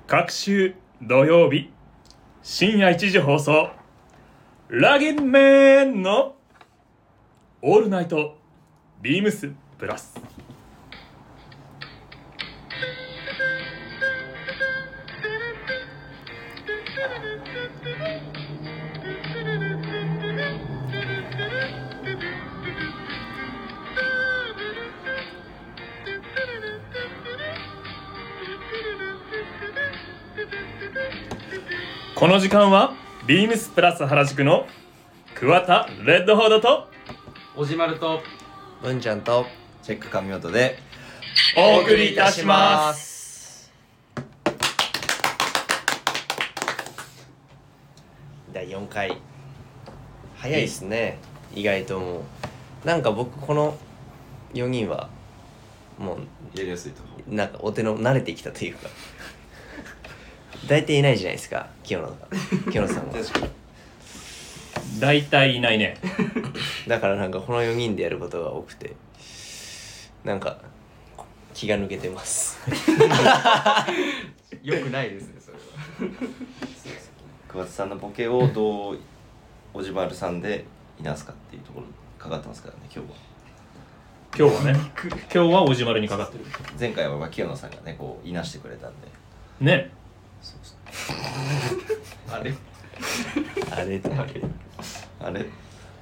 各週土曜日深夜1時放送ラゲメンのオールナイトビームスプラス。この時間はビームスプラス原宿の桑田レッドホードとおじまると文ちゃんとチェック神音でお送りいたします。 第4回早いですね。意外ともうなんか僕この4人はもうやりやすいと思なんかお手の慣れてきたというか大体いないじゃないですか、清野さんは。 確かに大体いないね。 だからなんかこの4人でやることが多くてなんか気が抜けてますよくないですね、それは。 桑田さんのボケをどうおじまるさんでいなすかっていうところにかかってますからね、今今日はおじまるにかかってる前回は清野さんがねこういなしてくれたんでね。 そうあれあれとあれ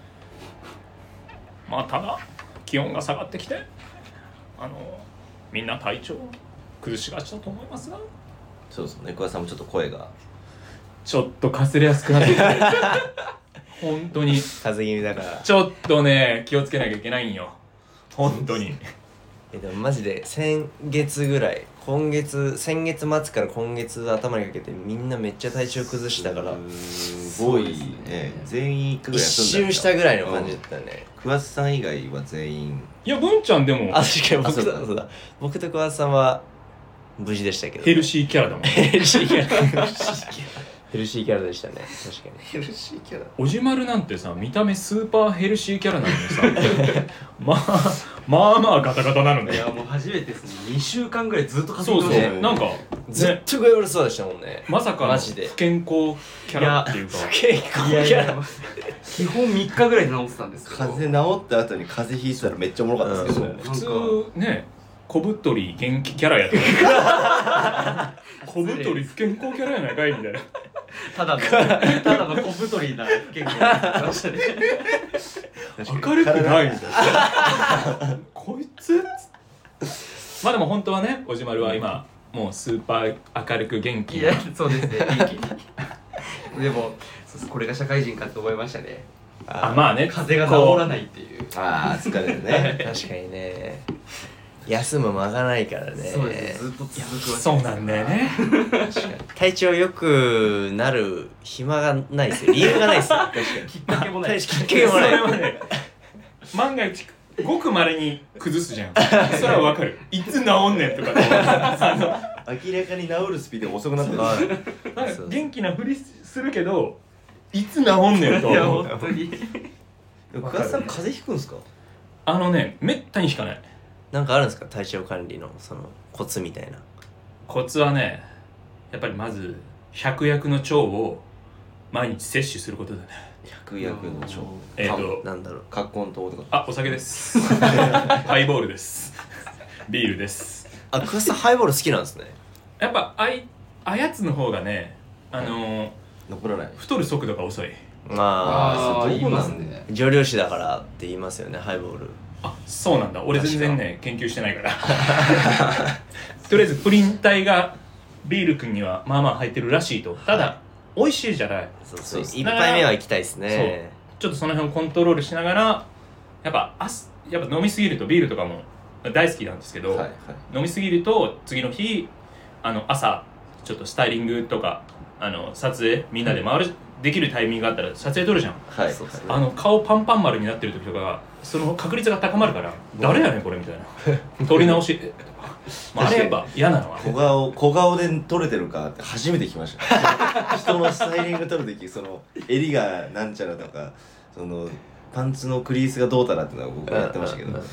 まあただ気温が下がってきてみんな体調崩しがちだと思いますが、 そうですね、桑田さんもちょっと声がちょっとかすれやすくなってきて本当に風邪気味だからちょっとね気をつけなきゃいけないんよ本当に。 でもマジで先月末から今月頭にかけてみんなめっちゃ体調崩したからすごいね、全員1回ぐらい一休んだ周したぐらいの感じだったね。 桑田さん以外は全員いや文ちゃんでもあ、確かにそうだ僕と桑田さんは無事でしたけどヘルシーキャラだもん。 ヘルシーキャラでしたね。確かにヘルシーキャラおじまるなんてさ見た目スーパーヘルシーキャラなのにさまあガタガタなのね。 いやもう初めてですね。2週間ぐらいずっと稼そうそう、 いでましたね。 なんかずっと具合悪そうでしたもんね。 まさかのマジで不健康キャラっていうか結構いやいや基本3日ぐらいで治ってたんですけど、 風邪治った後に風邪ひいてたらめっちゃおもろかったですけどね、 普通ね小太り元気キャラやと小太り不健康キャラやないかいみたいな。 ただの小太りな健康になってましたね。 明るくないみたいなこいつまあでも本当はねおじまるは今もうスーパー明るく元気いやそうですね。元気にでもこれが社会人かと思いましたね。 あまあね風邪が治らないっていう。 ああ疲れるね確かにね、休む間がないからね。 そうですね。ずっと続くわけです。 そうなんだよね。 確かに体調良くなる暇がないですよ。理由がないですよ。確かにきっかけもない。 きっかけもないそれはね万が一ごく稀に崩すじゃん。それはわかる。いつ治んねんとか明らかに治るスピードが遅くなってるなんか元気なふりするけどいつ治んねんといや本当に。 桑田さん風邪ひくんすか？ めったに引かない。 なんかあるんですか、体調管理のそのコツみたいな。 コツはねやっぱりまず百薬の腸を毎日摂取することだね。 百薬の腸なんだろう。 葛根湯とかあ、お酒ですハイボールです。ビールです。 あ、桑田さんハイボール好きなんですね。 やっぱあやつの方がね残らない太る速度が遅い。 まあ言いますね。 蒸留酒だからって言いますよね、ハイボール。 あ、そうなんだ。俺全然ね研究してないからとりあえずプリン体がビール君にはまあまあ入ってるらしいと。ただ美味しいじゃない。 そう一杯目は行きたいですね。 ちょっとその辺をコントロールしながらやっぱ飲みすぎるとビールとかも大好きなんですけど、 はいはい飲みすぎると次の日朝ちょっとスタイリングとか撮影みんなでできるタイミングがあったら撮影撮るじゃん。 はいそうですね。 顔パンパン丸になってる時とかその確率が高まるから誰やねんこれみたいな撮り直しまああれやっぱ嫌なのは小顔で撮れてるかって初めて聞きました人のスタイリング撮るときその襟がなんちゃらとかそのパンツのクリースがどうたらっていうのは僕はやってましたけど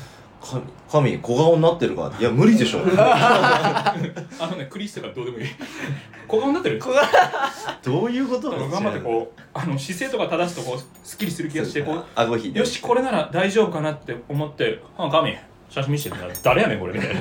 神小顔になってるかいや無理でしょクリスとかどうでもいい小顔になってるどういうこと頑張ってこう姿勢とか正すとこうすっきりする気がしてこう顎引いてよしこれなら大丈夫かなって思って神写真見せてみたら誰やねんこれみたい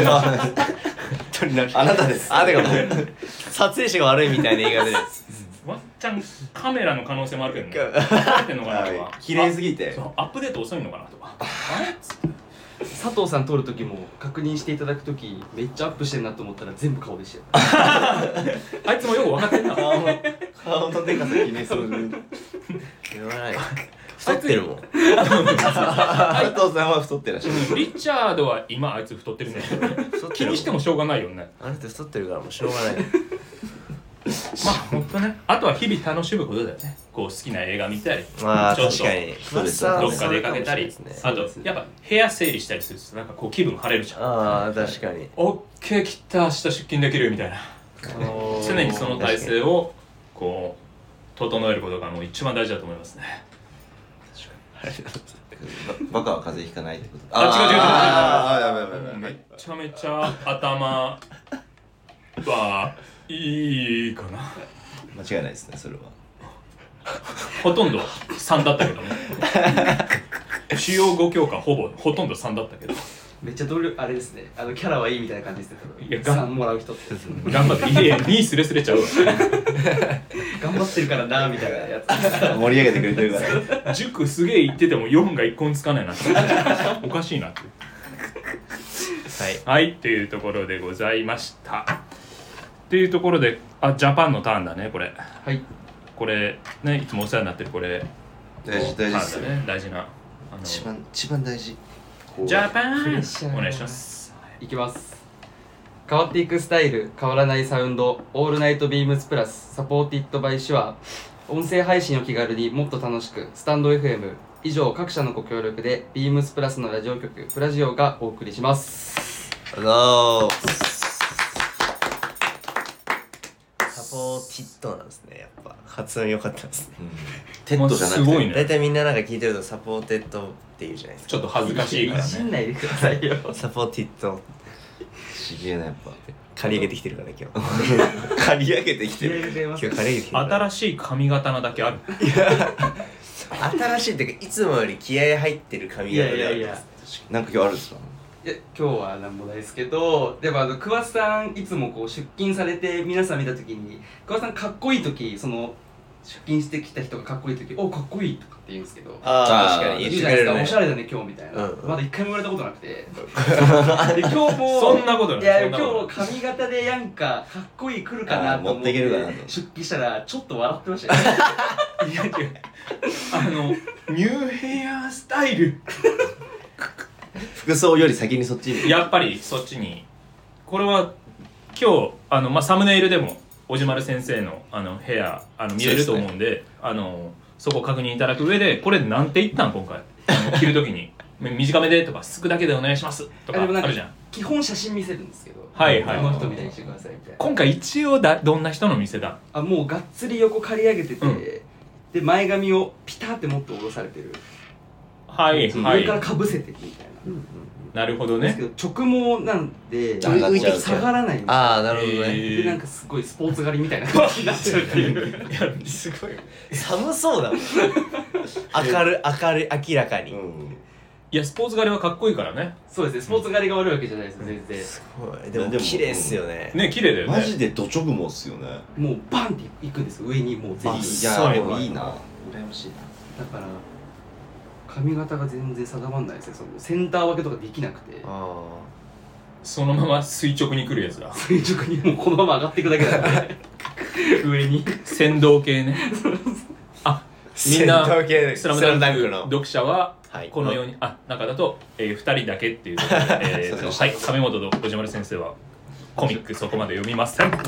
なあなたですてかもう撮影者が悪いみたいな言い方でワンチャンカメラの可能性もあるけどね慣れてんのかなとか綺麗すぎてそうアップデート遅いのかなとかあれっつって佐藤さん撮る時も確認していただく時めっちゃアップしてるなと思ったら全部顔でしたよあいつもよく分かってんな顔のでかさ気にする言わない太ってるもん佐藤さんは太ってらっしゃるリチャードは今あいつ太ってるね気にしてもしょうがないよねあなた太ってるからもうしょうがないまあほんとねあとは日々楽しむことだよねこう好きな映画見たりまあちょっと確かにそうですどっか出かけたりあとやっぱ部屋整理したりするとなんかこう気分晴れるじゃんああ確かにオッケー切った明日出勤できるみたいな常にその体制をこう整えることがもう一番大事だと思いますねバカは風邪ひかないってことあ違うやばいやばいやばいめちゃめちゃ頭はいいかな間違いないですねそれはほとんど3だったけどね主要5教科ほとんど3だったけどめっちゃあれですねキャラはいいみたいな感じですねいや 3もらう人って頑張って2位スレスレちゃうわ頑張ってるからなみたいなやつ盛り上げてくれてるから塾すげえ行ってても4が1個もつかないなっておかしいなってはいっていうところでございましたっていうところでジャパンのターンだねこれはいこれねいつもお世話になってるこれ大事大事ですターンだね大事な一番大事ジャパンプレッシャーお願いしますいきます。変わっていくスタイル、変わらないサウンド、オールナイトビームスプラス、サポーティッドバイシュア。音声配信を気軽にもっと楽しく、スタンド FM。以上、各社のご協力で、ビームスプラスのラジオ局、プラジオがお送りします。 サポーティッドなんですねやっぱ発音良かったですねテッドじゃなくてすごいね大体みんななんか聞いてるとサポーテッドって言うじゃないですかちょっと恥ずかしいからいじんねないでくださいよ。 サポーティッドちげえなやっぱ刈り上げてきてるから今日刈り上げてきてる今日刈り上げてきてるから新しい髪型なだけある新しいっていうかいつもより気合入ってる髪型であるいやなんか今日あるんですかいや今日はなんもないですけど、でも桑田さんいつもこう出勤されて皆さん見た時に桑田さんかっこいい時その出勤してきた人がかっこいい時おかっこいいとかって言うんですけど確かに言う言ってくれるねじゃないですかおしゃれだね今日みたいな、 うんまだ一回も言われたことなくてで今日もそんなことないいや今そんなことない日髪型でなんかかっこいい来るかなと思って持っていけるかなと出勤したらちょっと笑ってましたよいや違うニューヘアスタイル服装より先にそっちにやっぱりそっちにこれは今日サムネイルでも小島丸先生のヘア見れると思うんでそこを確認いただく上でこれなんて言ったん今回着るときに短めでとかすくだけでお願いしますとかあでもなんかるじゃん基本写真見せるんですけどはいはいこの人みたいにしてくださいみたいな今回一応どんな人の店だもうがっつり横刈り上げてて、 うんで前髪をピタって持って下ろされてる、 はいはい上からかぶせてるみたいな、 なるほどねですけど直毛なんで上がっちゃう下がらないんですよああなるほどねでなんかすごいスポーツ狩りみたいな感じになっちゃうっていういやすごい寒そうだもん明らかにいやスポーツ狩りはかっこいいからねそうですねスポーツ狩りが悪いわけじゃないです全然すごいでも綺麗っすよねね綺麗だよねマジでド直毛っすよねもうバンっていくんですよ上にもう全員いそうやでもいいな羨ましいなだから髪型が全然定まんないですねそのセンター分けとかできなくてあそのまま垂直に来るやつだ垂直にもうこのまま上がっていくだけなんで上に先導系ねみんな戦闘系スラムダンクダンクの読者ははいこのように中だと2人だけっていうことではい亀本と小島先生はコミックそこまで読みません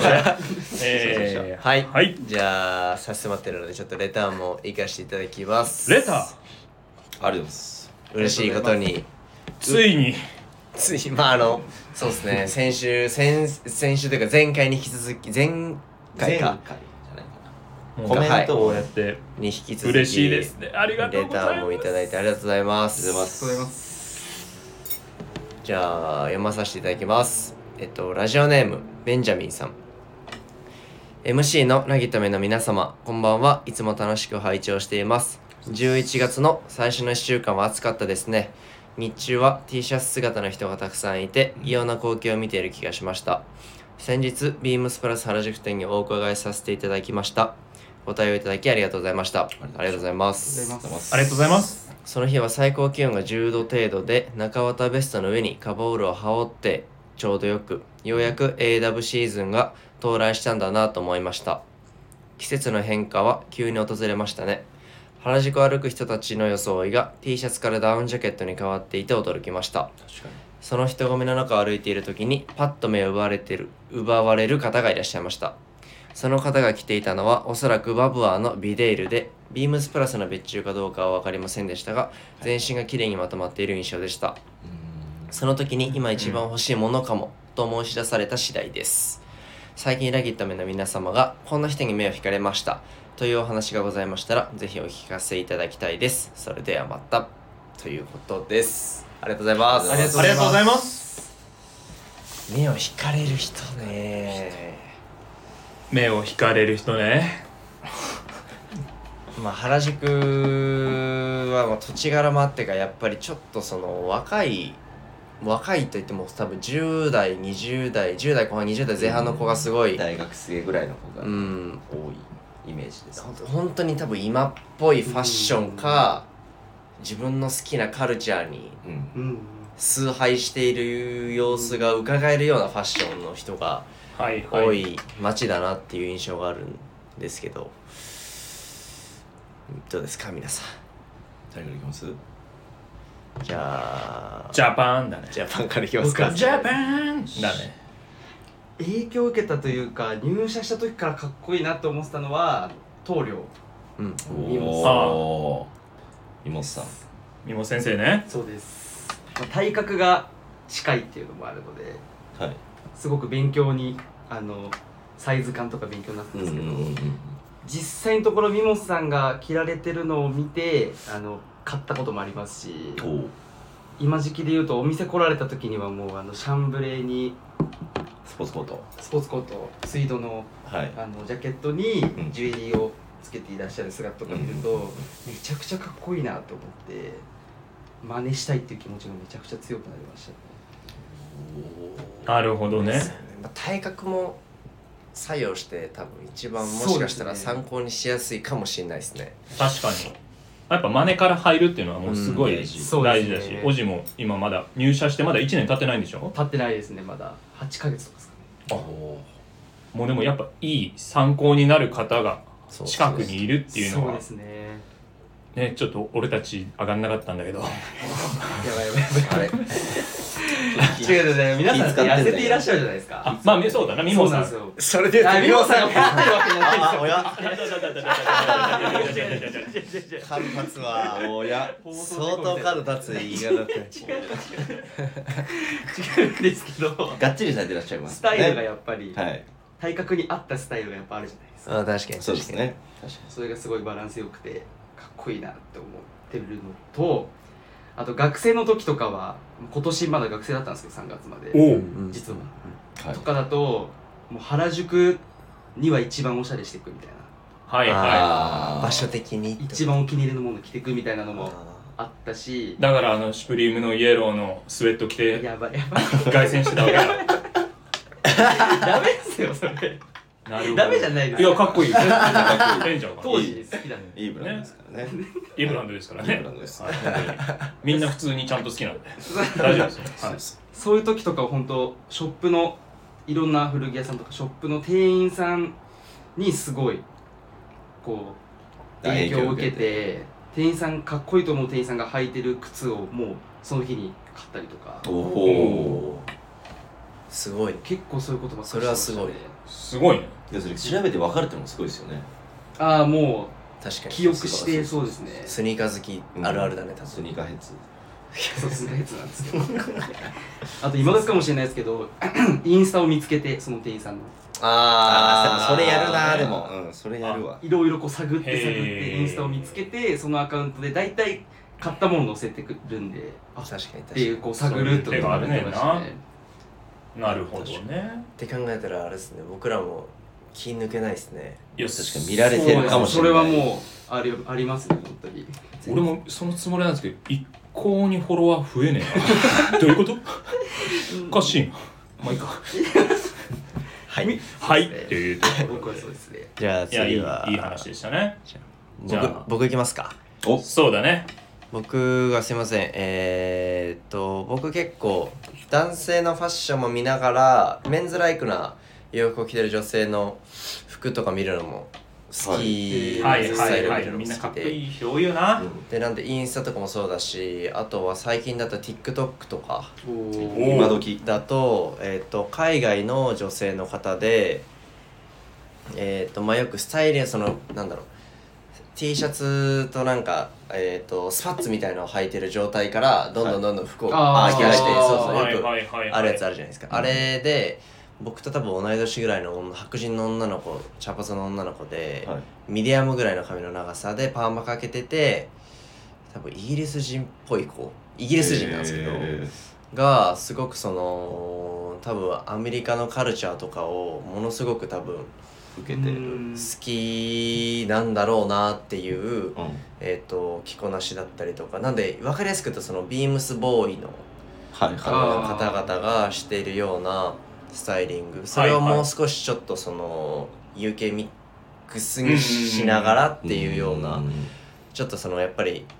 はい、 はいじゃあ差し迫ってるのでちょっとレターも行かせていただきますレターありがとうございます嬉しいことについについそうですね先週というか前回に引き続き前回かもうコメントをこうやってに引き続き嬉しいですねありがとうレタございますーもいただいてありがとうございますありがとうございますありがとうございますじゃあ読まさせていただきます。ラジオネームベンジャミンさん。MC のなぎとめの皆様、こんばんは。いつも楽しく拝聴しています。11月の最初の1週間は暑かったですね。日中は T シャツ姿の人がたくさんいて、異様な光景を見ている気がしました。先日、ビームスプラス原宿店にお伺いさせていただきました。ご対応いただきありがとうございました。ありがとうございます。 ありがとうございます。 その日は最高気温が10度程度で、中綿ベストの上にカバーオールを羽織ってちょうどよく、ようやく AW シーズンが到来したんだなと思いました。季節の変化は急に訪れましたね。原宿を歩く人たちの装いが T シャツからダウンジャケットに変わっていて驚きました。 確かに。 その人混みの中を歩いている時にパッと目を奪われる方がいらっしゃいました。その方が着ていたのはおそらくバブアーのビデイルで、ビームスプラスの別注かどうかは分かりませんでしたが、全身がきれいにまとまっている印象でした。その時に今一番欲しいものかもと申し出された次第です。最近ラギットメの皆様がこんな人に目を引かれましたというお話がございましたら、ぜひお聞かせいただきたいです。それではまた、ということです。ありがとうございます。 ありがとうございます。 目を引かれる人ね。 目を引かれる人ね。 まあ原宿はまあ土地柄もあってか、やっぱりちょっとその若いといっても多分10代20代10代後半20代前半の子がすごい、 大学生ぐらいの子が多いイメージです。 本当に多分今っぽいファッションか、自分の好きなカルチャーに崇拝している様子が伺えるようなファッションの人が多い街だなっていう印象があるんですけど、どうですか皆さん。 誰からいきます？ じゃあジャパンだね。 ジャパンからいきますか。 ジャパンだね。 影響を受けたというか、入社した時からかっこいいなって思ってたのは棟梁。 ミモさん。 ミモ先生ね。 そうです。体格が近いっていうのもあるので、 はい、 すごく勉強にサイズ感とか勉強になったんですけど、実際のところミモさんが着られてるのを見て買ったこともありますし、今時期でいうとお店来られた時にはもうシャンブレーにスポーツコートツイードの、 はい、 ジャケットにジュエリーをつけていらっしゃる姿とか見ると、めちゃくちゃかっこいいなと思って真似したいっていう気持ちがめちゃくちゃ強くなりましたね。 なるほどね。 体格も作用して多分一番もしかしたら参考にしやすいかもしれないですね。 確かにやっぱ真似から入るっていうのはもうすごい大事だし、 ね、 おじも今まだ入社してまだ1年経ってないんでしょ？ 経ってないですね。まだ8ヶ月とかですかね。 もうでもやっぱいい参考になる方が近くにいるっていうのはそうですね。 ね、ちょっと俺たち上がんなかったんだけどやばいあれ違うね、皆さん痩せていらっしゃるじゃないですか。 あ、まあそうだな、ミモさん。 それでミモさんが太ってるわけじゃないですよ。角立つわ。相当角立つ言い方だった。 違うんですけど、 がっちりされてらっしゃいます。 スタイルがやっぱり、 はい、 体格に合ったスタイルがやっぱあるじゃないですか。 あ、確かにそうですね。 それがすごいバランスよくてかっこいいなって思ってるのと、あと学生の時とかは今年まだ学生だったんですけど3月まで実は、とかだともう原宿には一番おしゃれしていくみたいな、 はいはい、 場所的に一番お気に入りのもの着ていくみたいなのもあったし、 だからシュプリームのイエローのスウェット着てやばい凱旋してたわけだダメですよそれ。 なるほど。 ダメじゃないです。 いやかっこいい。 当時好きだね。 いいブランドですからね。 いいブランドですからね。 いいブランドです。 みんな普通にちゃんと好きなんで大丈夫ですよ。 そういう時とか本当ショップのいろんな古着屋さんとかショップの店員さんにすごいこう影響を受けて、店員さんかっこいいと思う店員さんが履いてる靴をもうその日に買ったりとか。 おお。すごい。 結構そういうことばっかり。 それはすごい。 すごいね。 いやそれ調べて分かるってのもすごいですよね。 ああ、もう確かに記憶してそうですね。 スニーカー好きあるあるだね、多分。 スニーカーヘッズ。 そうスニーカーヘッズなんですけどあと今時かもしれないですけどインスタを見つけてその店員さんのそれやるな。でもそれやるわ。 いろいろこう探ってインスタを見つけて、そのアカウントで大体買ったもの載せてくるんで確かに確っていうかにこう探るってことがあるねなるほどね。 って考えたらあれですね、僕らも気抜けないですね。 いや確かに見られてるかもしれない。 それはもうありますね本当に。 俺もそのつもりなんですけど一向にフォロワー増えねえなどういうことおかしいな。まあいいか。 はいはいっていうところ僕はそうですね。 じゃあいや次はいい話でしたね。じゃあ僕行きますか。 おそうだね。 僕がすいません僕結構男性のファッションも見ながらメンズライクな洋服を着てる女性の服とか見るのも好き、 はいスタイル見るのみんなかっこも好きで、 いい人多いよな。 でなんでインスタとかもそうだし、あとは最近だと TikTok とか今時だと、海外の女性の方でまあよくスタイルそのなんだろうT シャツとなんか、スパッツみたいなのを履いてる状態からどんどん服をはい履き出して、そうそうはいよくはいはいあるやつあるじゃないですか、あれで僕と多分同い年ぐらいの白人の女の子、茶髪の女の子で、 はいミディアムぐらいの髪の長さでパーマかけてて、多分イギリス人っぽい子、イギリス人なんですけど、がすごくその多分アメリカのカルチャーとかをものすごく多分受けてる。 好きなんだろうなっていう、 うん着こなしだったりとか、なんで分かりやすく言うとそのビームスボーイのはい方は 々がしているようなスタイリング、それをもう少しちょっとその UK ミックスにしながらっていうような、ちょっとそのやっぱり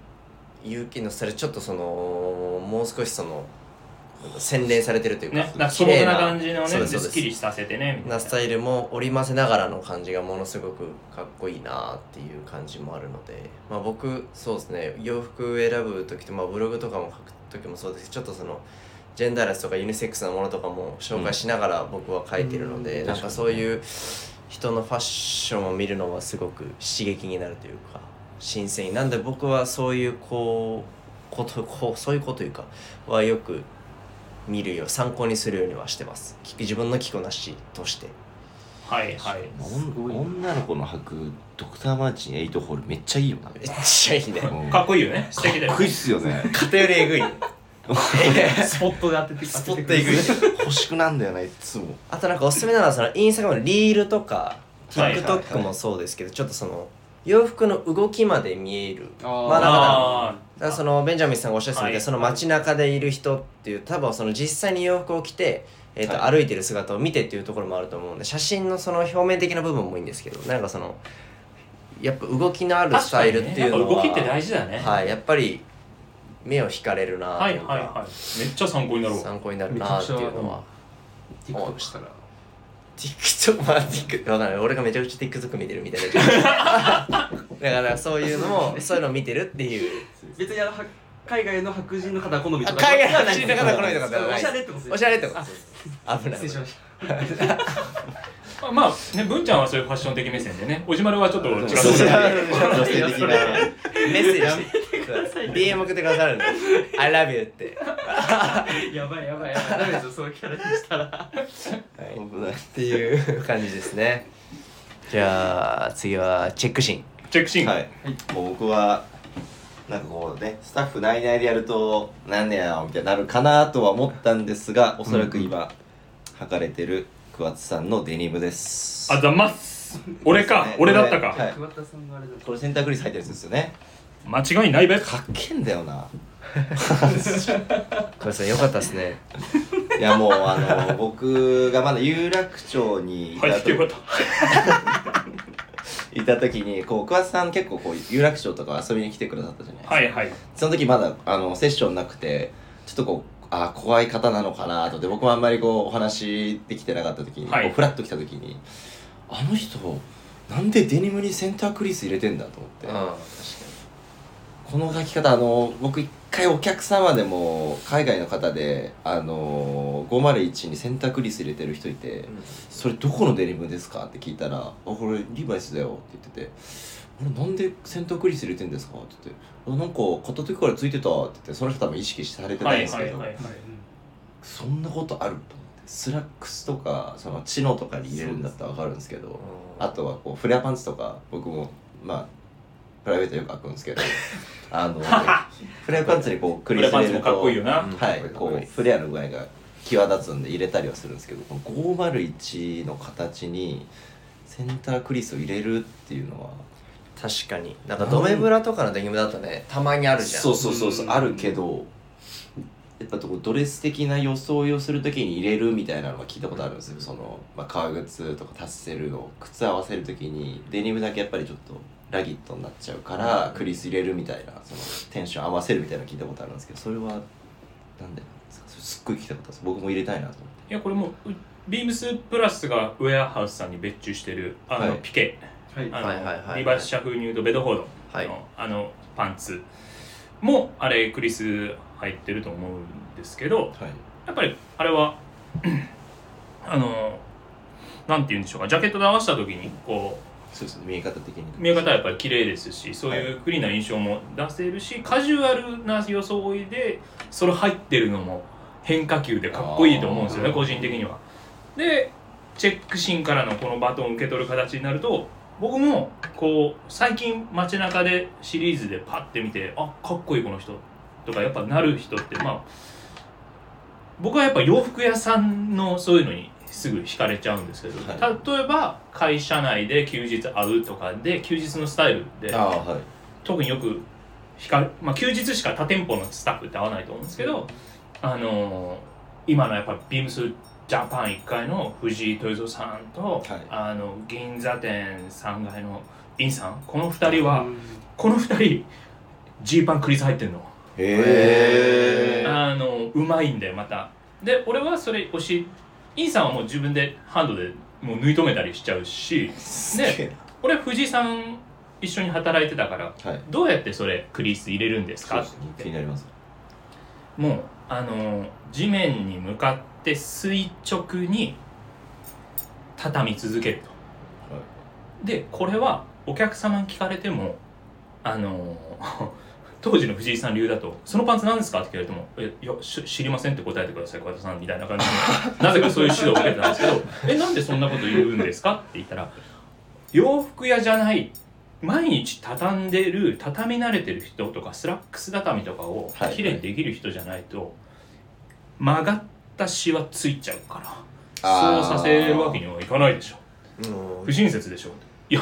UK のスタイルちょっとそのもう少しその洗練されてるというか、 ね、なんか素朴な感じのね、 そうですそうですすっきりさせてねみたいななスタイルも織り交ぜながらの感じがものすごくかっこいいなっていう感じもあるので、まあ、僕そうですね、洋服選ぶ時と、まあ、ブログとかも書く時もそうですけど、ちょっとそのジェンダーレスとかユニセックスなものとかも紹介しながら僕は書いてるので、なんかそういう人のファッションを見るのはすごく刺激になるというか新鮮なんで、僕はそういうそういうこというかはよく見るよう参考にするようにはしてます。自分の着こなしとして。 はいはい。 女の子の履くドクターマーチン8ホールめっちゃいいよな。 めっちゃいいね。 うんかっこいいよね。素敵だよかっこいいっすよね。 偏りえぐい。 スポットで当ててスポットえぐい。 欲しくなんだよな、いつも。 あとなんかおすすめなのはそのインスタグラムのリールとかはいはいはい TikTok もそうですけど、ちょっとその洋服の動きまで見える。 あーまあだあからそのベンジャミンさんがおっしゃってたみたいに、 はいその街中でいる人っていう多分その実際に洋服を着て、 はい歩いてる姿を見てっていうところもあると思うんで、写真のその表面的な部分もいいんですけど、なんかそのやっぱ動きのあるスタイルっていうのは、 確かにね、やっぱ動きって大事だね。 はい、やっぱり目を引かれるなというか、 はいはいはい。めっちゃ参考になるわ。 参考になるなっていうのは。 TikTok したら TikTok まあ TikTok わかんない、俺がめちゃくちゃ TikTok 見てるみたいなだからそういうのもそういうのを見てるっていう別に海外の白人の方は好みとか海外の白人の方は好みとかではないおしゃれってことですおしゃれってことです危ない失礼しましたまあね、文ちゃんはそういうファッション的目線でね、おじまるはちょっと違うとこそうそうろで女性的な。 メッセージして DM 送ってくださるんで I love you ってやばいダメですよそういうキャラにしたらはい危ない。 っていう感じですね。じゃあ次はチェックシーン。 チェックシーン。 はい。もう僕はなんかこうね、スタッフ内々でやるとなんでやよみたいになるかなとは思ったんですが、おそらく今履かれてる桑田さんのデニムです。 あざます。俺か、 ね俺だったか。 はい桑田さんがあれだこれセンタークリス入ってるやつですよね。 間違いないべ。 かっけえんだよな。 これさんよかったですね。 いやもう僕がまだ有楽町にい入たってよかった。 いた時にこう桑田さん結構こう有楽町とか遊びに来てくださったじゃないですか。 はいはい。 その時まだセッションなくてちょっとこう怖い方なのかなとで僕もあんまりこうお話できてなかった時に、 はいこうフラッと来た時にあの人なんでデニムにセンタークリース入れてんだと思って、この書き方僕一回お客様でも海外の方で501にセンタークリース入れてる人いて、それどこのデニムですかって聞いたら「これリバイスだよ」って言ってて「あれなんでセンタークリース入れてんですか?」って言って「なんか片時からついてた」って言ってその人多分意識されてないんですけど、そんなことあると思ってスラックスとかそのチノとかに入れるんだったら分かるんですけど、あとはこうフレアパンツとか僕もまあプライベートよく履くんですけどフレアパンツにこうクリス入れるとフレアパンツもかっこいいよな、 はい、こうフレアの具合が際立つんで入れたりはするんですけど、この501の形にセンタークリスを入れるっていうのは確かになんかドメブラとかのデニムだとねたまにあるじゃん。 そうあるけど、やっぱドレス的な装いをするときに入れるみたいなのは聞いたことあるんですよ。その、革靴とかタッセルの靴合わせるときにデニムだけやっぱりちょっとラギットになっちゃうからクリス入れるみたいな、そのテンション合わせるみたいなの聞いたことあるんですけど、それはなんでなんですか？それすっごい聞きたかったです。僕も入れたいなと思って。 いやこれもビームスプラスがウェアハウスさんに別注してるはいピケ、 はいリバースシャフニュードベドフォードの、 はいパンツもあれクリス入ってると思うんですけど、 はい、 やっぱりあれはなんて言うんでしょうか、ジャケットで合わせた時にこうそうですね、見え方的に見え方はやっぱり綺麗ですし、そういうクリーンな印象も出せるし、カジュアルな装いでそれ入ってるのも変化球でかっこいいと思うんですよね、個人的には。でチェックシンからのこのバトンを受け取る形になると、僕もこう最近街中でシリーズでパッて見て、あ、かっこいいこの人とかやっぱなる人って、僕はやっぱ洋服屋さんのそういうのにすぐ惹かれちゃうんですけど、 はい、 例えば会社内で休日会うとかで休日のスタイルで、 はい、 特によく休日しか他店舗のスタッフって会わないと思うんですけど、今のやっぱビームスジャパン1階の藤井豊三さんと、 はい、 銀座店3階のインさん、この2人ジーパンクリス入ってんの。 へうまいんだよまた。で俺はそれインさんはもう自分でハンドでもう縫い留めたりしちゃうし、で俺藤井さん一緒に働いてたから、 はい、 どうやってそれクリス入れるんですかって気になります。 もう地面に向かって垂直に畳み続けると、はい、でこれはお客様に聞かれても当時の藤井さん流だと「そのパンツ何ですか?」って聞かれても「いや知りません」って答えてください小田さんみたいな感じでなぜかそういう指導を受けてたんですけどなんでそんなこと言うんですかって言ったら、洋服屋じゃない毎日畳んでる畳み慣れてる人とかスラックス畳とかをきれいにできる人じゃないと曲がったシワついちゃうからそうさせるわけにはいかないでしょ、不親切でしょ、いや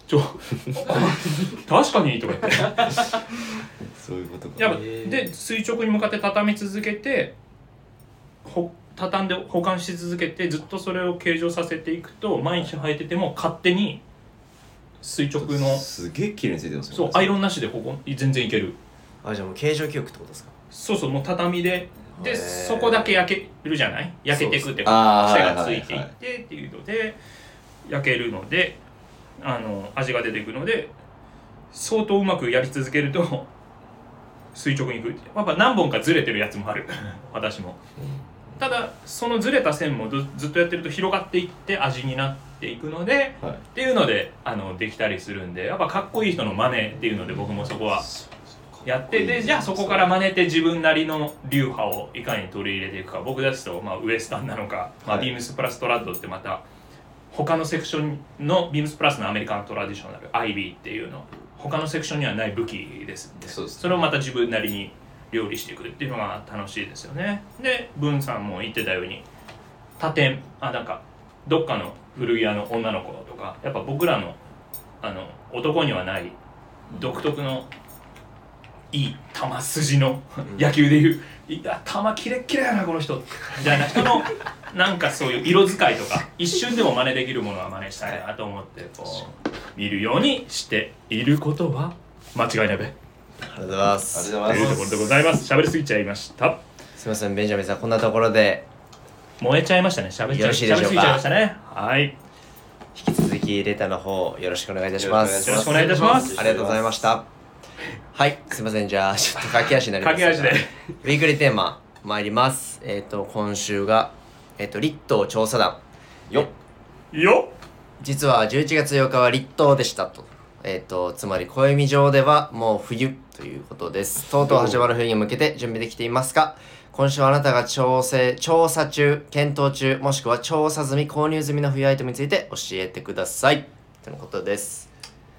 確かにとか言ってそういうことか。 やっぱで垂直に向かって畳み続けて畳んで保管し続けてずっとそれを計上させていくと毎日履いてても勝手に垂直のすげえ綺麗についてますね。 そうアイロンなしでここ全然いける。 じゃあもう形状記憶ってことですか？ そうもう畳でそこだけ焼けるじゃない、焼けていくって癖ががついていってっていうので焼けるので味が出ていくので相当うまくやり続けると垂直にいく。やっぱ何本かずれてるやつもある私も。ただそのずれた線もずっとやってると広がっていって味になっていくので、 はい、 っていうのでできたりするんで、やっぱかっこいい人の真似っていうので僕もそこはやってで、じゃあそこから真似て自分なりの流派をいかに取り入れていくか。僕ですと、ウエスタンなのか、ビームスプラストラッドってまた他のセクションのビームスプラスのアメリカントラディショナル IB っていうの他のセクションにはない武器ですんで、それをまた自分なりに料理していくっていうのが楽しいですよね。で文さんも言ってたように他店なんかどっかの古着屋の女の子とかやっぱ僕らの男にはない独特のいい球筋の野球でいういや球キレッキレやなこの人みたいな人のなんかそういう色使いとか一瞬でも真似できるものは真似したいなと思ってこう見るようにしていることは間違いないべ。 ありがとうございます。 というところでございます。喋りすぎちゃいました。 すみませんベンジャミンさんこんなところで燃えちゃいましたね。喋りすぎちゃいましたね。はい。 引き続きレターの方よろしくお願いいたします。 よろしくお願いいたします。 ありがとうございました。はい、すみません。じゃあちょっと駆け足になりますが駆け足でウィークリーテーマ参ります。今週が立冬調査団よ実は11月8日は立冬でしたと。つまり暦上ではもう冬ということです。とうとう始まる冬に向けて準備できていますか？今週はあなたが調査中、検討中、もしくは調査済み、購入済みの冬アイテムについて教えてくださいとのことです。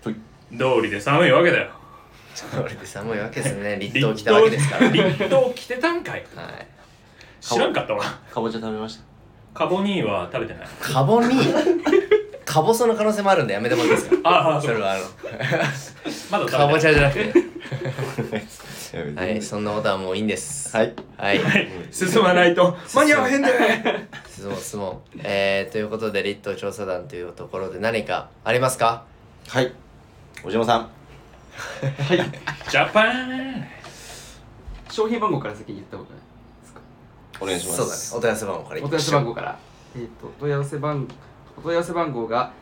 道理で寒いわけだよ。 それで寒いわけですね。立冬来たわけですから。はい。 立冬来てたんかい。知らんかったわ。 かぼちゃ食べました。 カボニーは食べてない。 カボにカボソの可能性もあるんでやめてもらっていいですか。 あ、 それはまだ食べてない。 カボチャじゃなくて。 ははい、そんなことはもういいんです。 はい。 はい。 進まないと間に合わへんで。 質問。ということで立冬調査団というところで何かありますか。 はい。おじまさん。 はい。 ジャパン。 商品番号から先に言った方がいいですか。 お願いします。 そうだね。お問い合わせ番号からお問い合わせ番号から。お問い合わせ番号が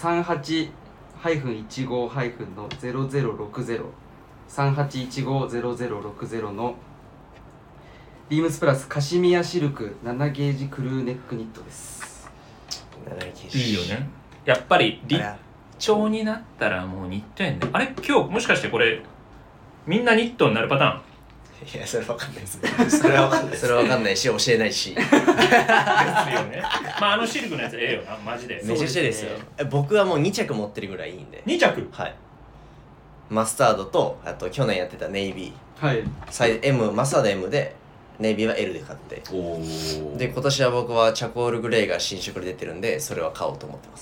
38-15-0060 3815-0060のビームスプラスカシミヤシルク7ゲージクルーネックニットです。 いいよね。やっぱり立冬になったらもうニットやんね。あれ今日もしかしてこれみんなニットになるパターン。 いやそれわかんないです。それはわかんない。それはわかんないし教えないし。ですよね。 まあシルクのやつええよなマジで。 めちゃくちゃですよ。僕はもう2着持ってるぐらいいいんで。 2着。 はい。マスタードとあと去年やってたネイビー。はい。 サイズ M マスタード M でネイビーは L で買って。で今年は僕はチャコールグレーが新色で出てるんでそれは買おうと思ってます。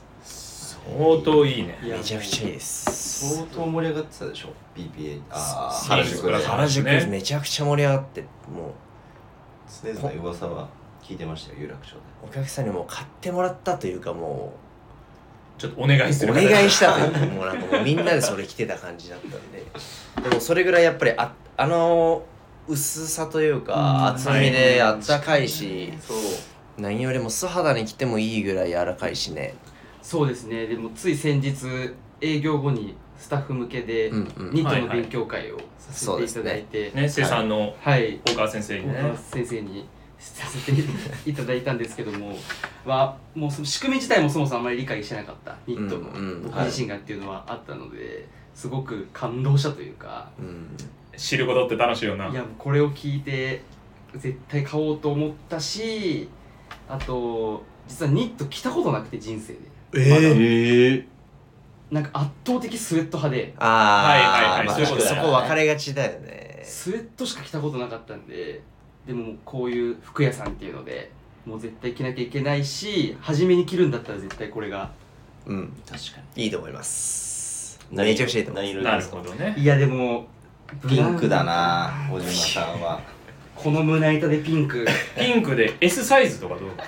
相当いいね。 めちゃくちゃいいです。 相当盛り上がってたでしょ BPA。 原宿で。 原宿でめちゃくちゃ盛り上がってもう常々噂は聞いてましたよ有楽町で。 お客さんにもう買ってもらったというかもうちょっとお願いする。 お願いしたというかもうなんかもうみんなでそれ着てた感じだったんででもそれぐらいやっぱり薄さというか厚みであったかいし、そう何よりも素肌に着てもいいぐらい柔らかいしね。 そうですね。でもつい先日営業後にスタッフ向けでニットの勉強会をさせていただいて、 ね生産の大川先生にね、 大川先生にさせていただいたんですけどももうその仕組み自体もそもそもあまり理解してなかったニットの僕自身がっていうのはあったのですごく感動したというか、 知ることって楽しいよな。 いやこれを聞いて絶対買おうと思ったし、あと実はニット着たことなくて人生でなんか圧倒的スウェット派で、 そこ分かれがちだよね。 スウェットしか着たことなかったんで、でもこういう服屋さんっていうのでもう絶対着なきゃいけないし、初めに着るんだったら絶対これが確かにいいと思います。めちゃくちゃいいと思います。 なるほどね。 いやでもピンクだな小島さんは。 この胸板でピンクで S サイズとかどうか。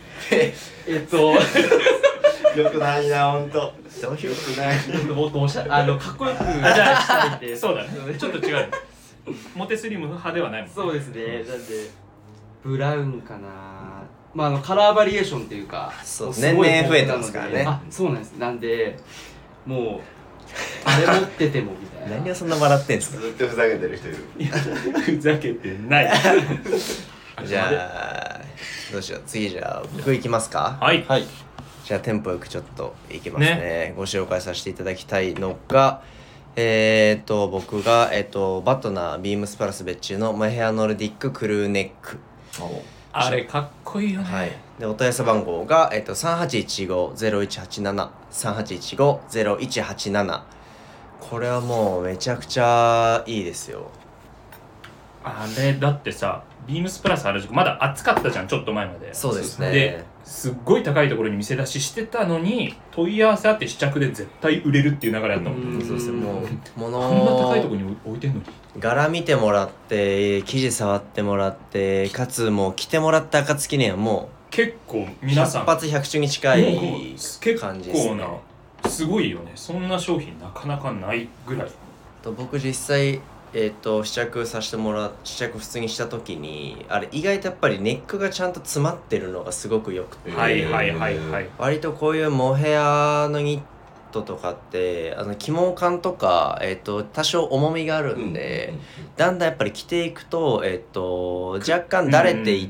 よくないなほんと。 どういうことないもっとかっこよくしたいってそうだね。ちょっと違う。モテスリム派ではないもん。 そうですね。なんでブラウンかな。カラーバリエーションっていうか年々増えてますからね。 そうなんです。なんでもうあれ持っててもみたいな。 何をそんな笑ってんすか。 ずっとふざけてる人いる。 ふざけてない。 じゃあどうしよう。次じゃあ僕行きますか。 はい。 じゃあテンポよくちょっといきますね。ご紹介させていただきたいのが僕がバットナービームスプラス別注のマヘアノルディッククルーネック。 あれかっこいいよね。 はい。でお問い合わせ番号が3815-0187 3815-0187。これはもうめちゃくちゃいいですよ。 あれだってさ、ビームスプラス原宿まだ暑かったじゃん、ちょっと前まで。 そうですね。 ですっごい高いところに店出ししてたのに問い合わせあって試着で絶対売れるっていう流れだったもん。 そうですね。もうこんな高いところに置いてんのに柄見てもらって生地触ってもらってかつもう着てもらった暁にはもう結構皆さん 100発100中に近い感じですね。 結構なすごいよね。そんな商品なかなかないぐらい。 と僕実際試着させてもらう試着普通にした時にあれ意外とやっぱりネックがちゃんと詰まってるのがすごくよくて、割とこういうモヘアのニットとかって起毛感とか、多少重みがあるんで、だんだんやっぱり着ていくと、若干だれていって、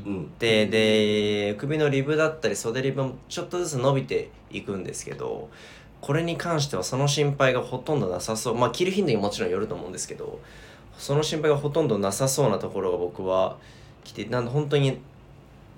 で首のリブだったり袖リブもちょっとずつ伸びていくんですけど、これに関してはその心配がほとんどなさそう。着る頻度にもちろんよると思うんですけど、その心配がほとんどなさそうなところが僕は着て、なんで本当に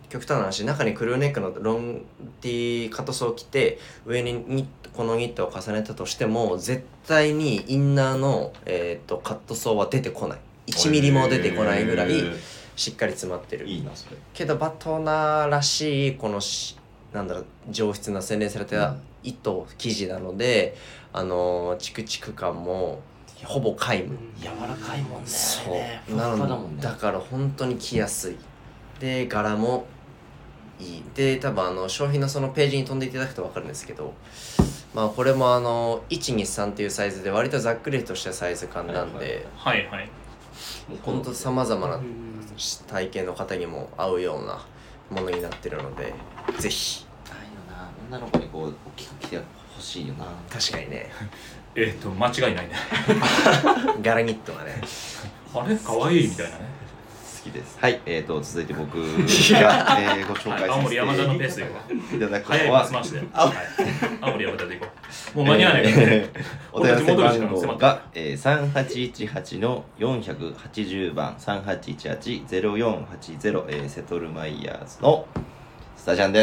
極端な話、中にクルーネックのロンティーカットソーを着て上にこのニットを重ねたとしても絶対にインナーの、カットソーは出てこない、1ミリも出てこないぐらいしっかり詰まってる。 いいなそれ。 けどバトナーらしいこのなんだろう、上質な洗練された糸生地なので、チクチク感もほぼ皆無。 柔らかいもんね。 そうななののだもんね。 だから本当に着やすいで、柄もいいで、多分商品のそのページに飛んでいただくと分かるんですけど、まあこれも123っていうサイズで割とざっくりとしたサイズ感なんで、 はいはい。 本当さまざまな体型の方にも合うようなものになってるので、ぜひ。 ああいうのな、女の子にこう大きく着てほしいよな。 確かにね間違いないね。 柄ニットがねあれ可愛いみたいなね。 好きです。はい、続いて僕が、ご紹介青森山田させのペースでいこう。 ていただく早いのはパス回しで。青森山田でいこう。もう間に合わないからね。 お問い合わせ戻る時間番号迫ったが、3818の480番3818-0480、セトルマイヤーズのスタジャンです。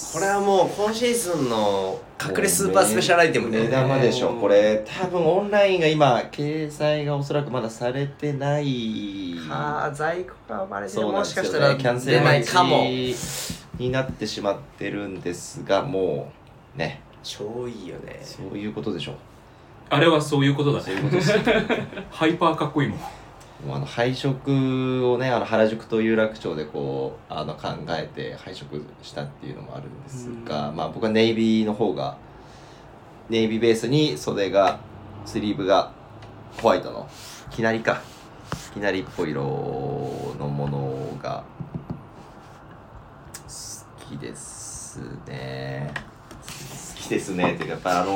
これはもう今シーズンの隠れスーパースペシャルアイテムで、 目玉でしょ。これ多分オンラインが今掲載がおそらくまだされてない在庫が生まれてそうなんもですよね。 しかしたらキャンセル出ないかも。 待ちになってしまってるんですが、もうね、 超いいよね。 そういうことでしょう。 あれはそういうことだね。 そういうことですよ。 ハイパーかっこいいもん。 もう配色をね、原宿と有楽町でこう考えて配色したっていうのもあるんですが、まあ僕はネイビーの方が、ネイビーベースに袖がスリーブがホワイトのきなりっぽい色のものが好きですね。好きですねっていうか、やっぱ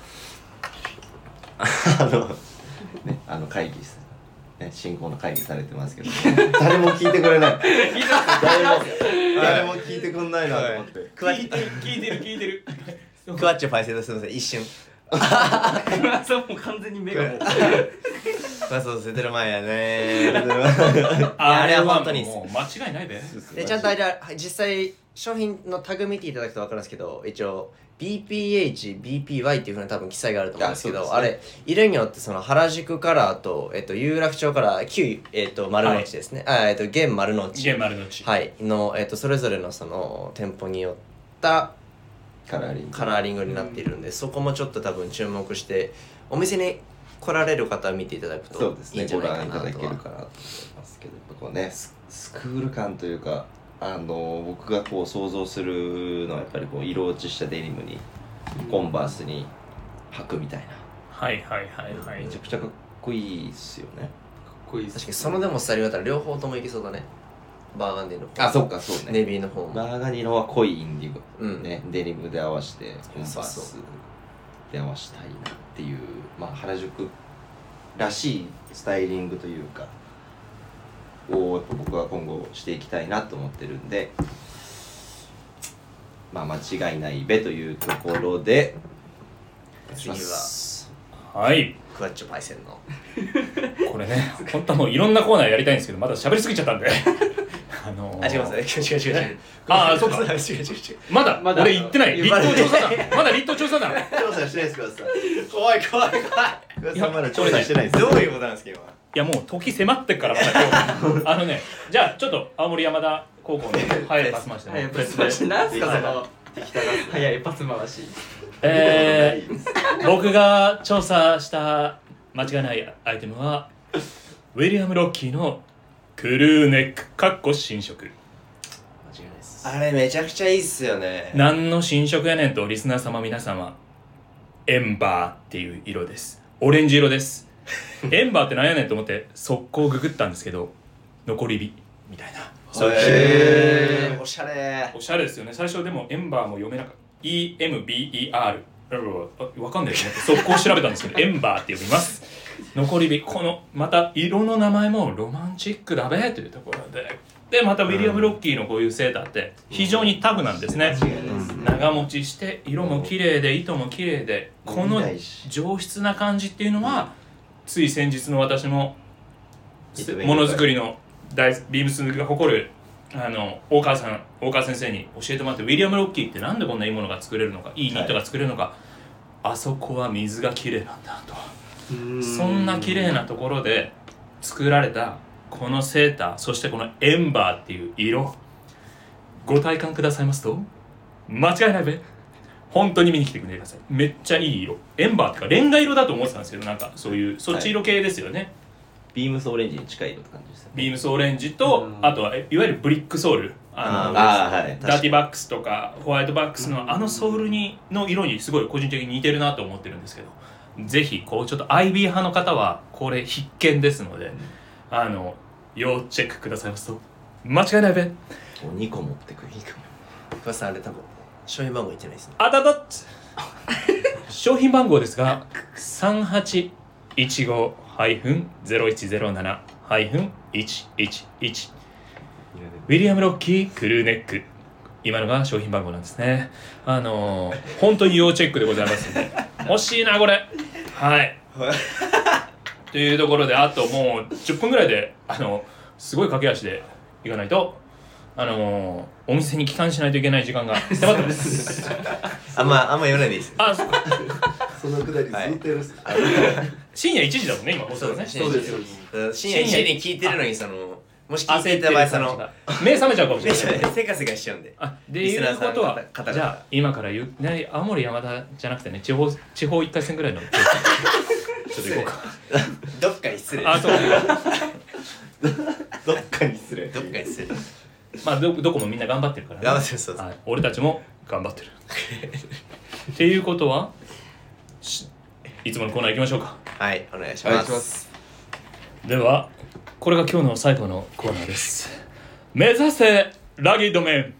ね、会議室ね、進行の会議されてますけど、誰も聞いてくれない。誰も聞いてくんないなと思って。 聞いてる。 クワッチョパイセント、すみません、一瞬。 そうもう完全に目がもうまあそう、セテル前やね。 あれは本当にもう間違いないべ。 で、ちゃんと実際、商品のタグ見ていただくと分かるんですけど、一応、BPH、BPY っていうふうな多分記載があると思うんですけど、あれ、色によってその原宿カラーと、有楽町カラー、旧、丸の内ですね。現丸の内。 現丸の内。 はい。の、それぞれのその店舗によったカラーリングになっているんで、そこもちょっと多分注目して、お店に来られる方は見ていただくとそうですね、 いいんじゃご覧いたないかなとは。 だけるかなと思いますけど、こうね、スクール感というか、僕がこう想像するのはやっぱりこう色落ちしたデニムにコンバースに履くみたいな、 はい。 めちゃくちゃかっこいいっすよね。 かっこいいです。 確かにそのでもスタイルだったら両方ともいけそうだね。バーガンディの方。 あ、そうか、そうね。 ネイビーの方も。 バーガニーの方は濃いインディゴ、 うんね、デニムで合わせてコンバーそうスで合わせたいなっていう、まあ原宿らしいスタイリングというかをやっぱ僕は今後していきたいなと思ってるんで、まあ間違いないべというところで、 次ははい。 クワッチョパイセンの。 これね、本当はもういろんなコーナーやりたいんですけど、まだ喋りすぎちゃったんで。 あ、違いますね。違う。 あ、そうか。 違う。 まだ俺言ってない。立冬調査団。まだ立冬調査団。 調査してないですか、 怖い。 桑田さんまだ調査してないです。 どういうことなんですか、今。 いやもう時迫ってっからまだ今日じゃあちょっと青森山田高校の早いパス回しで早いパス回しなんすかその早いパス回し。 僕が調査した間違いないアイテムはウィリアム・ロッキーのクルーネック新色。 間違いないです。あれめちゃくちゃいいっすよね。 何の新色やねんとリスナー様皆様、エンバーっていう色です。オレンジ色です。エンバーって何やねんと思って速攻ググったんですけど、残り火みたいな。 おしゃれ。 おしゃれですよね。最初でもエンバーも読めなかった。EMBER わかんないと思って速攻調べたんですけどエンバーって読みます。残り火、このまた色の名前もロマンチックだべというところでまたウィリアム・ロッキーのこういうセーターって非常にタフなんですね。長持ちして色も綺麗で糸も綺麗で、この上質な感じっていうのはつい先日の私もものづくりのビームスが誇る大川先生に教えてもらって、ウィリアム・ロッキーってなんでこんないいものが作れるのか、いいニットが作れるのか、あそこは水がきれいなんだと。そんな綺麗なところで作られたこのセーター、そしてこのエンバーっていう色、ご体感くださいますと間違いないべ。本当に見に来てください。めっちゃいい色。エンバーってかレンガ色だと思ってたんですけど、なんかそういうそっち色系ですよね。 ビームスオレンジに近い色って感じですよね。 ビームスオレンジと、あとはいわゆるブリックソール、 はい、 ダーティバックスとかホワイトバックスのソールの色にすごい個人的に似てるなと思ってるんですけど、ぜひこうちょっとアイビー派の方はこれ必見ですので、要チェックくださいますと間違いないべ。 2個持ってくる。 桑さんあれ多分商品番号言ってないですね。 あたたっ商品番号ですが 3815-0107-111 ウィリアム・ロッキークルーネック、今のが商品番号なんですね。本当に要チェックでございますので欲しいなこれ。はいというところで、あともう10分ぐらいですごい駆け足でいかないとお店に帰還しないといけない時間が迫ってますあんま言わないでいいです。 あ、そうそのくだりずっとやるっす、 深夜1時だもんね今放送ね。 そうです。深夜1時に聞いてるのにもし聞いていた場合目覚めちゃうかもしれない。 せかせかしちゃうんで。 でいうことはじゃあ今から青森山田じゃなくてね、地方1回戦ぐらいのちょっと行こうか。 どっかに失礼。 あ、そうどっかに失礼。 どっかに失礼。 まあどこもみんな頑張ってるからね。 頑張ってる。そうはい、俺たちも頑張ってるっていうことはいつものコーナー行きましょうか。 はい、お願いしお願いましますす。 ではこれが今日の最後のコーナーです。目指せラギッドメン、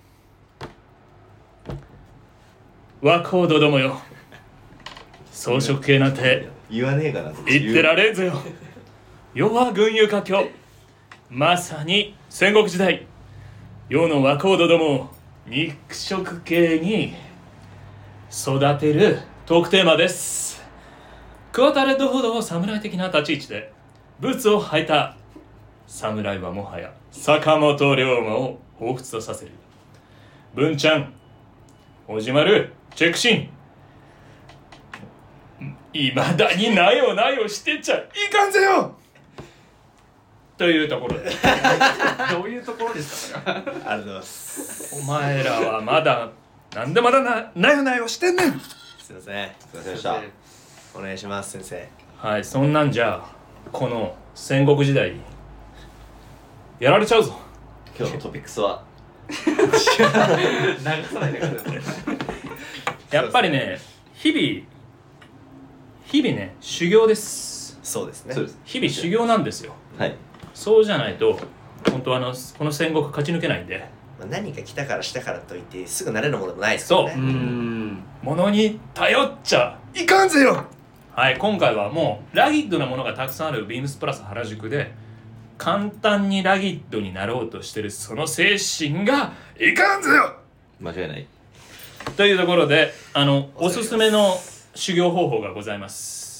ワコードどもよ、装飾系なんて言わねえかな。 言ってられんぞよ。世は群雄割拠、まさに戦国時代、世のワコードどもを肉食系に育てるトークテーマです。クワタレッドほど侍的な立ち位置でブーツを履いた侍はもはや坂本龍馬を彷彿とさせる。文ちゃん、おじまる、チェックシン、いまだになよなよしてちゃいかんぜよというところでどういうところですか？ ありがとうございます。 お前らはまだなんでまだなよなよしてんねん。 すいません。 すいませんでした。 お願いします先生。 はい、そんなんじゃこの戦国時代やられちゃうぞ。 今日のトピックスは流さないでください。 やっぱりね、日々ね修行です。 そうですね。 そうです。 日々修行なんですよ。 はい。 そうじゃないと本当この戦国勝ち抜けないんで。 何か来たからしたからといってすぐ慣れるものでもないですからね。 物に頼っちゃいかんぜよ。はい、今回はもうラギッドなものがたくさんあるビームスプラス原宿で簡単にラギッドになろうとしてるその精神がいかんぜよ間違いない。 というところでおすすめの修行方法がございます。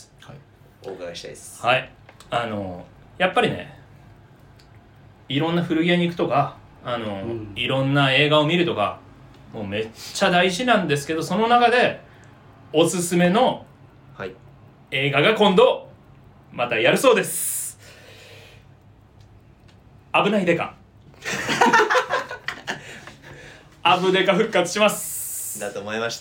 はい。 お伺いしたいです。 はい、やっぱりね、いろんな古着屋に行くとかいろんな映画を見るとかもうめっちゃ大事なんですけど、その中でおすすめのはい。 映画が今度またやるそうです。危ないデカアブデカ復活します。 だと思いました。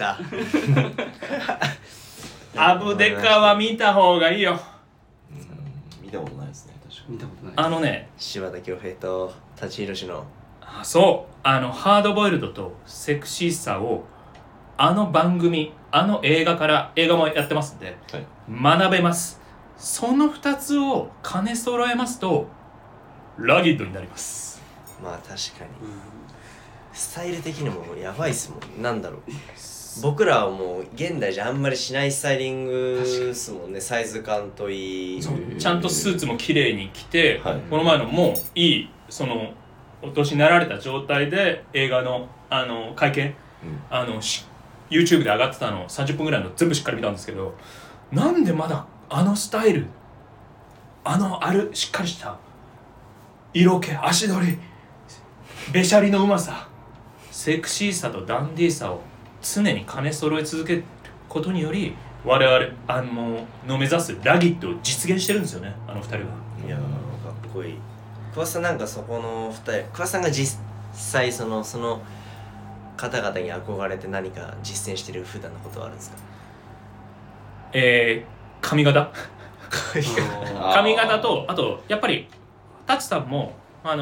アブデカは見た方がいいよ。 見たことないですね。確か見たことない。 ね、 柴田恭平と舘ひろしのそうハードボイルドとセクシーさを番組映画もやってますんで、 はい。 学べます。その2つを兼ね揃えますとラギッドになります。 まあ確かにスタイル的にもやばいっすもん。なんだろう、僕らはもう現代じゃあんまりしないスタイリングっすもんね。サイズ感といい、 ちゃんとスーツも綺麗に着て、 はいこの前のもいいお年になられた状態で映画の会見、YouTube で上がってたの30分ぐらいの全部しっかり見たんですけど、なんでまだスタイルしっかりした色気、足取りべしゃりのうまさ、セクシーさとダンディーさを常に兼ね揃え続けることにより、我々の目指すラギットを実現してるんですよね、あの二人は。 いやーかっこいい。桑田さんなんかそこの二人、桑田さんが実際その方々に憧れて何か実践してる普段のことはあるんですか？ 髪型あー髪型と、あとやっぱりタチさんも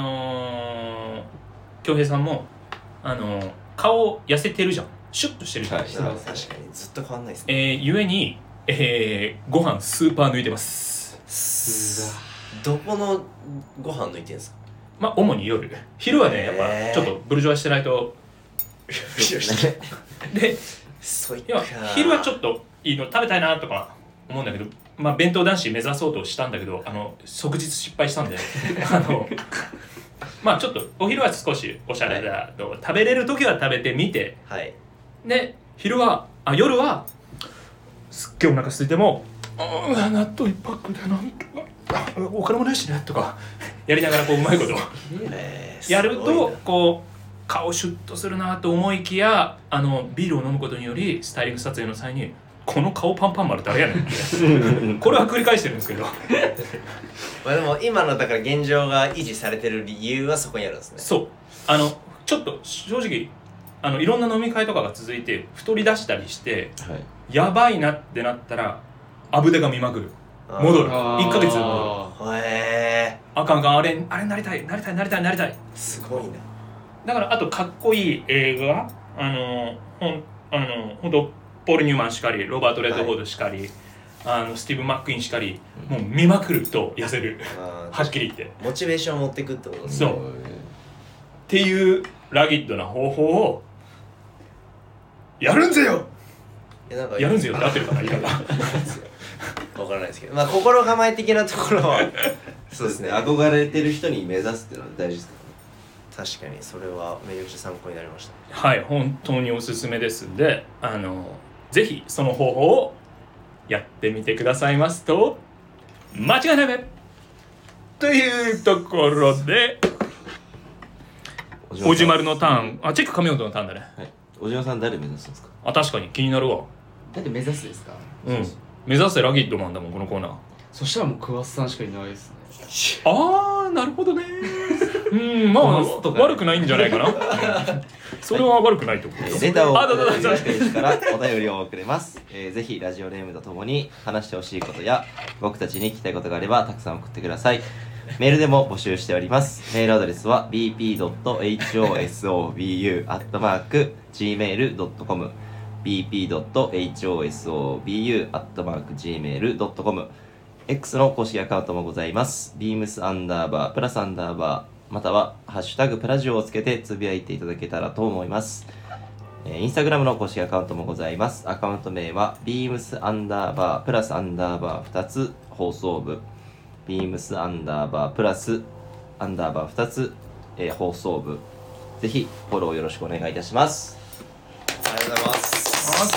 恭平さんも顔痩せてるじゃん、シュッとしてるじゃん、 はい確かにずっと変わんないですね。 ゆえに、ご飯スーパー抜いてます。 どこのご飯抜いてんですか？ まあ主に夜、昼はねやっぱちょっとブルジョワしてないとで、 そういっいや昼はちょっといいの食べたいなとか思うんだけど、まあ弁当男子目指そうとしたんだけど即日失敗したんでまあちょっとお昼は少しおしゃれだと、食べれる時は食べてみて、 はい。 で夜はすっげえお腹空いても納豆1パックでなんとかお金もないしねとかやりながらこううまいことやるとこう顔シュッとするなと思いきやビールを飲むことによりスタイリング撮影の際にこの顔パンパン丸誰やねんってこれは繰り返してるんですけどまあでも今のだから現状が維持されてる理由はそこにあるんですね。 そうちょっと正直いろんな飲み会とかが続いて太り出したりしてはいやばいなってなったらアブデが見まくる、戻る、1ヶ月で戻る、 へあかんあれなりたいすごいな。 だからあとかっこいい映画ほんとポール・ニューマンしかりロバート・レッドフォードしかり、スティーブン・マックイーンしかり、もう見まくると痩せるはっきり言ってモチベーションを持っていくってことですね。 そうっていうラギッドな方法をやるんぜよなんかやるんぜよって合ってるかな言い方わからないですけど、まあ心構え的なところはそうですね。 憧れてる人に目指すっていうのは大事ですか確かにそれはめちゃくちゃ参考になりました。 はい本当におすすめですんでぜひその方法をやってみてくださいますと間違いないべというところでおじまるのターンチェック神本のターンだね。 はい、おじまさん誰目指すんですか？ 確かに気になるわ。 なんで目指すですか？ 目指せラギッドマンだもんこのコーナー。 そしたらもう桑田さんしかいないですね。 なるほどねまあ悪くないんじゃないかなそれは悪くないと思う。 レターを送るどうぞページからお便りを送れます。ぜひラジオネームとともに話してほしいことや僕たちに聞きたいことがあればたくさん送ってください。メールでも募集しております。メールアドレスは bp.hosobu@gmail.com bp.hosobu@gmail.com X の公式アカウントもございます。beams_+_ またはハッシュタグプラジオをつけてつぶやいていただけたらと思います。インスタグラムの公式アカウントもございます。アカウント名は beams_+2 つ放送部 beams_+2 つ、放送部ぜひフォローよろしくお願いいたします。 ありがとうございます。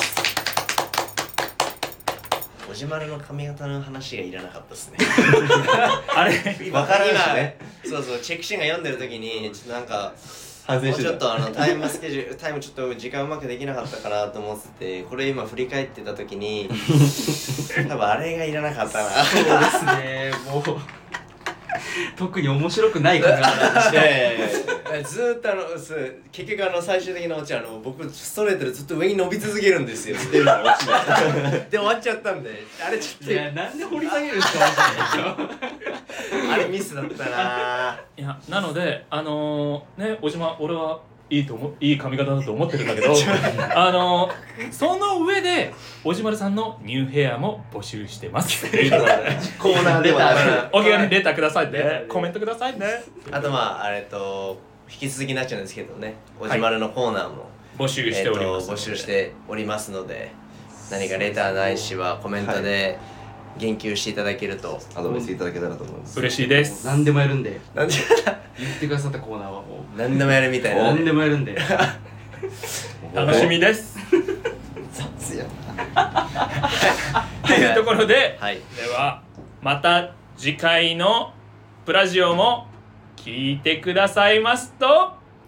おじまるの髪型の話がいらなかったですねあれ今わからんしねそうチェックシーンが読んでる時にちょっとなんか反省してたもうちょっとタイムスケジュールタイムちょっと時間うまくできなかったかなと思ってて、これ今振り返ってた時に多分あれがいらなかったなそうですね。もう特に面白くない髪型でしいやいやいやずーっと結局最終的なオチ僕ストレートでずっと上に伸び続けるんですよで終わっちゃったんであれちょっといやなんで掘り下げるんですかあれミスだったないやなのでね小島俺はいい髪型だと思ってるんだけどその上でおじまるさんのニューヘアも募集してますっていうところでコーナーではなくお気軽にレターくださいね、コメントくださいね。 あと引き続きになっちゃうんですけどね、おじまるのコーナーも募集しております、 募集しておりますので、何かレターないしはコメントで言及していただけると、 アドバイスいただけたらと思います。 嬉しいです。 何でもやるんでなんで言ってくださったコーナーはもう何でもやるみたいな何でもやるんで楽しみです。 雑やというところで、 はい、 ではまた次回のプラジオも聞いてくださいますと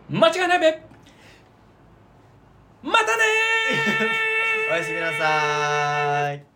間違いないべ。またねーおやすみなさーい。